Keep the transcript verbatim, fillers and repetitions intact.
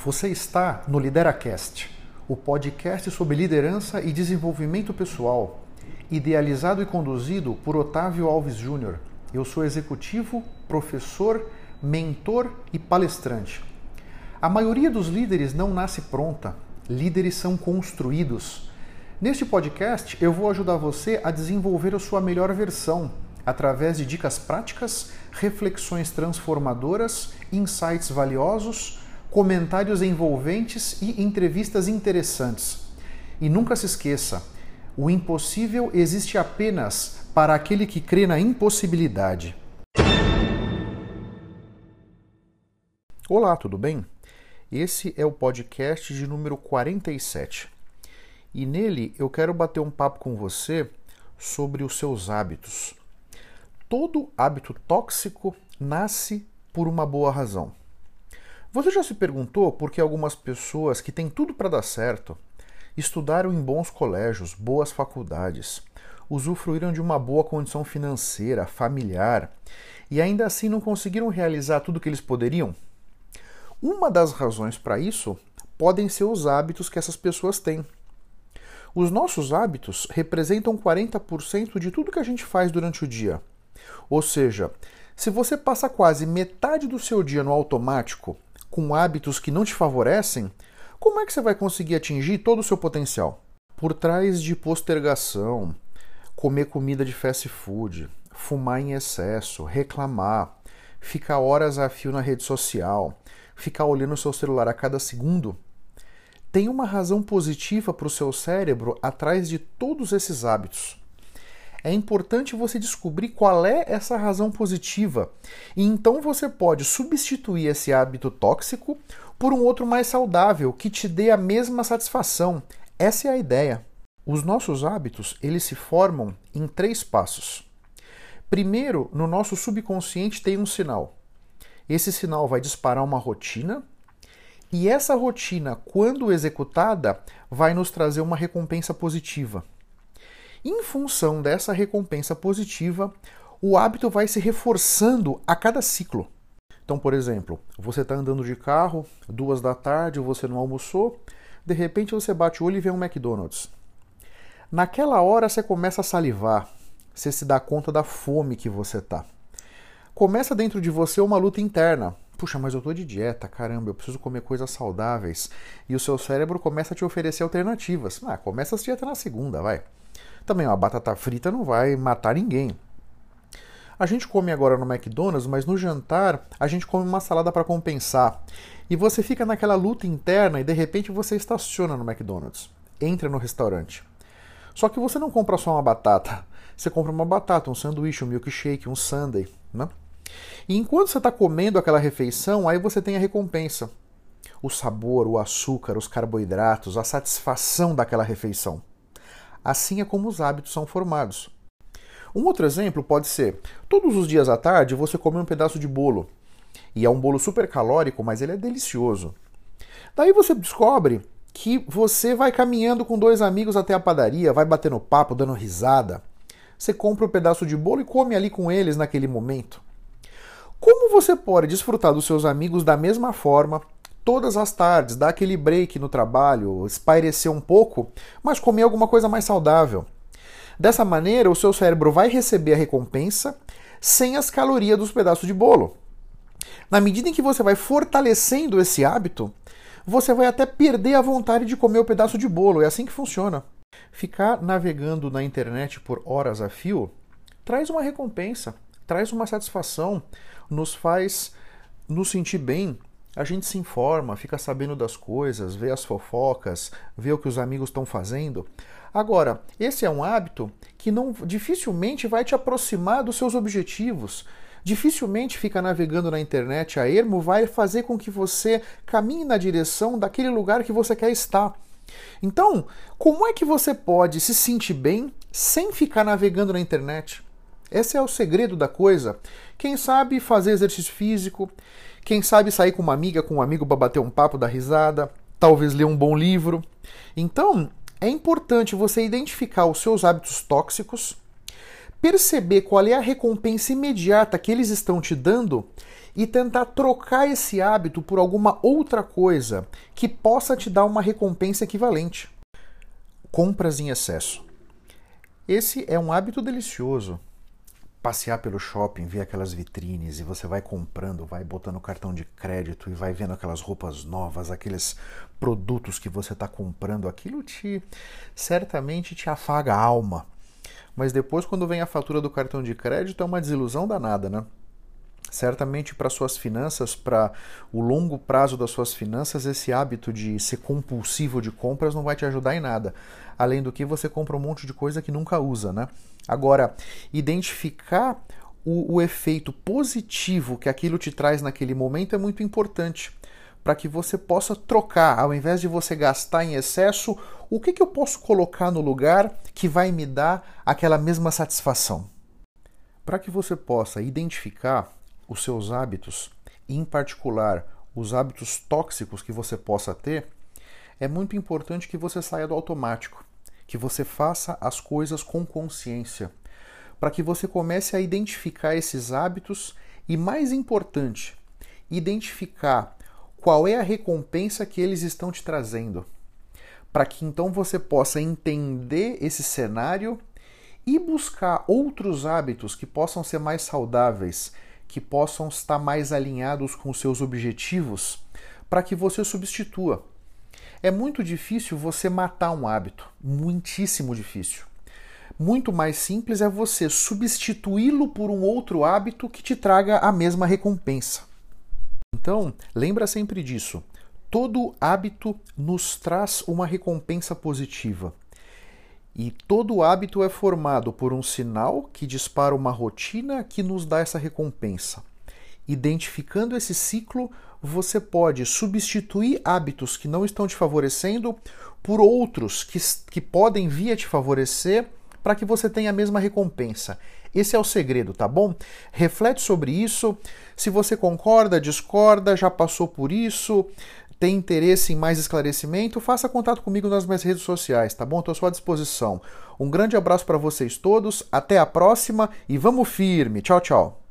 Você está no LideraCast, o podcast sobre liderança e desenvolvimento pessoal, idealizado e conduzido por Otávio Alves Júnior. Eu sou executivo, professor, mentor e palestrante. A maioria dos líderes não nasce pronta, líderes são construídos. Neste podcast, eu vou ajudar você a desenvolver a sua melhor versão, através de dicas práticas, reflexões transformadoras, insights valiosos, comentários envolventes e entrevistas interessantes. E nunca se esqueça, o impossível existe apenas para aquele que crê na impossibilidade. Olá, tudo bem? Esse é o podcast de número quarenta e sete. E nele eu quero bater um papo com você sobre os seus hábitos. Todo hábito tóxico nasce por uma boa razão. Você já se perguntou por que algumas pessoas que têm tudo para dar certo, estudaram em bons colégios, boas faculdades, usufruíram de uma boa condição financeira, familiar, e ainda assim não conseguiram realizar tudo o que eles poderiam? Uma das razões para isso podem ser os hábitos que essas pessoas têm. Os nossos hábitos representam quarenta por cento de tudo que a gente faz durante o dia. Ou seja, se você passa quase metade do seu dia no automático, com hábitos que não te favorecem, como é que você vai conseguir atingir todo o seu potencial? Por trás de postergação, comer comida de fast food, fumar em excesso, reclamar, ficar horas a fio na rede social, ficar olhando o seu celular a cada segundo, tem uma razão positiva para o seu cérebro atrás de todos esses hábitos. É importante você descobrir qual é essa razão positiva e então você pode substituir esse hábito tóxico por um outro mais saudável que te dê a mesma satisfação. Essa é a ideia. Os nossos hábitos, eles se formam em três passos. Primeiro, no nosso subconsciente tem um sinal. Esse sinal vai disparar uma rotina e essa rotina, quando executada, vai nos trazer uma recompensa positiva. Em função dessa recompensa positiva, o hábito vai se reforçando a cada ciclo. Então, por exemplo, você está andando de carro, duas da tarde, você não almoçou, de repente você bate o olho e vê um McDonald's. Naquela hora você começa a salivar, você se dá conta da fome que você está. Começa dentro de você uma luta interna. Puxa, mas eu estou de dieta, caramba, eu preciso comer coisas saudáveis. E o seu cérebro começa a te oferecer alternativas. Ah, começa a dieta na segunda, vai. Também uma batata frita não vai matar ninguém. A gente come agora no McDonald's, mas no jantar a gente come uma salada para compensar. E você fica naquela luta interna e de repente você estaciona no McDonald's. Entra no restaurante. Só que você não compra só uma batata. Você compra uma batata, um sanduíche, um milkshake, um sundae, né? E enquanto você está comendo aquela refeição, aí você tem a recompensa. O sabor, o açúcar, os carboidratos, a satisfação daquela refeição. Assim é como os hábitos são formados. Um outro exemplo pode ser, todos os dias à tarde você come um pedaço de bolo. E é um bolo super calórico, mas ele é delicioso. Daí você descobre que você vai caminhando com dois amigos até a padaria, vai batendo papo, dando risada. Você compra um pedaço de bolo e come ali com eles naquele momento. Como você pode desfrutar dos seus amigos da mesma forma, todas as tardes, dar aquele break no trabalho, espairecer um pouco, mas comer alguma coisa mais saudável? Dessa maneira, o seu cérebro vai receber a recompensa sem as calorias dos pedaços de bolo. Na medida em que você vai fortalecendo esse hábito, você vai até perder a vontade de comer o pedaço de bolo. É assim que funciona. Ficar navegando na internet por horas a fio traz uma recompensa, traz uma satisfação, nos faz nos sentir bem. A gente se informa, fica sabendo das coisas, vê as fofocas, vê o que os amigos estão fazendo. Agora, esse é um hábito que não, dificilmente vai te aproximar dos seus objetivos. Dificilmente ficar navegando na internet a ermo vai fazer com que você caminhe na direção daquele lugar que você quer estar. Então, como é que você pode se sentir bem sem ficar navegando na internet? Esse é o segredo da coisa. Quem sabe fazer exercício físico, quem sabe sair com uma amiga, com um amigo para bater um papo, dar risada, talvez ler um bom livro. Então, é importante você identificar os seus hábitos tóxicos, perceber qual é a recompensa imediata que eles estão te dando e tentar trocar esse hábito por alguma outra coisa que possa te dar uma recompensa equivalente. Compras em excesso. Esse é um hábito delicioso. Passear pelo shopping, ver aquelas vitrines e você vai comprando, vai botando cartão de crédito e vai vendo aquelas roupas novas, aqueles produtos que você está comprando, aquilo te certamente te afaga a alma. Mas depois, quando vem a fatura do cartão de crédito, é uma desilusão danada, né? Certamente para suas finanças, para o longo prazo das suas finanças, esse hábito de ser compulsivo de compras não vai te ajudar em nada. Além do que, você compra um monte de coisa que nunca usa, né? Agora, identificar o, o efeito positivo que aquilo te traz naquele momento é muito importante, para que você possa trocar, ao invés de você gastar em excesso, o que, que eu posso colocar no lugar que vai me dar aquela mesma satisfação? Para que você possa identificar os seus hábitos, e em particular os hábitos tóxicos que você possa ter, é muito importante que você saia do automático, que você faça as coisas com consciência, para que você comece a identificar esses hábitos e, mais importante, identificar qual é a recompensa que eles estão te trazendo, para que então você possa entender esse cenário e buscar outros hábitos que possam ser mais saudáveis, que possam estar mais alinhados com os seus objetivos, para que você substitua. É muito difícil você matar um hábito, muitíssimo difícil. Muito mais simples é você substituí-lo por um outro hábito que te traga a mesma recompensa. Então, lembra sempre disso. Todo hábito nos traz uma recompensa positiva. E todo hábito é formado por um sinal que dispara uma rotina que nos dá essa recompensa. Identificando esse ciclo, você pode substituir hábitos que não estão te favorecendo por outros que, que podem vir a te favorecer para que você tenha a mesma recompensa. Esse é o segredo, tá bom? Reflete sobre isso. Se você concorda, discorda, já passou por isso, tem interesse em mais esclarecimento, faça contato comigo nas minhas redes sociais, tá bom? Estou à sua disposição. Um grande abraço para vocês todos, até a próxima e vamos firme. Tchau, tchau.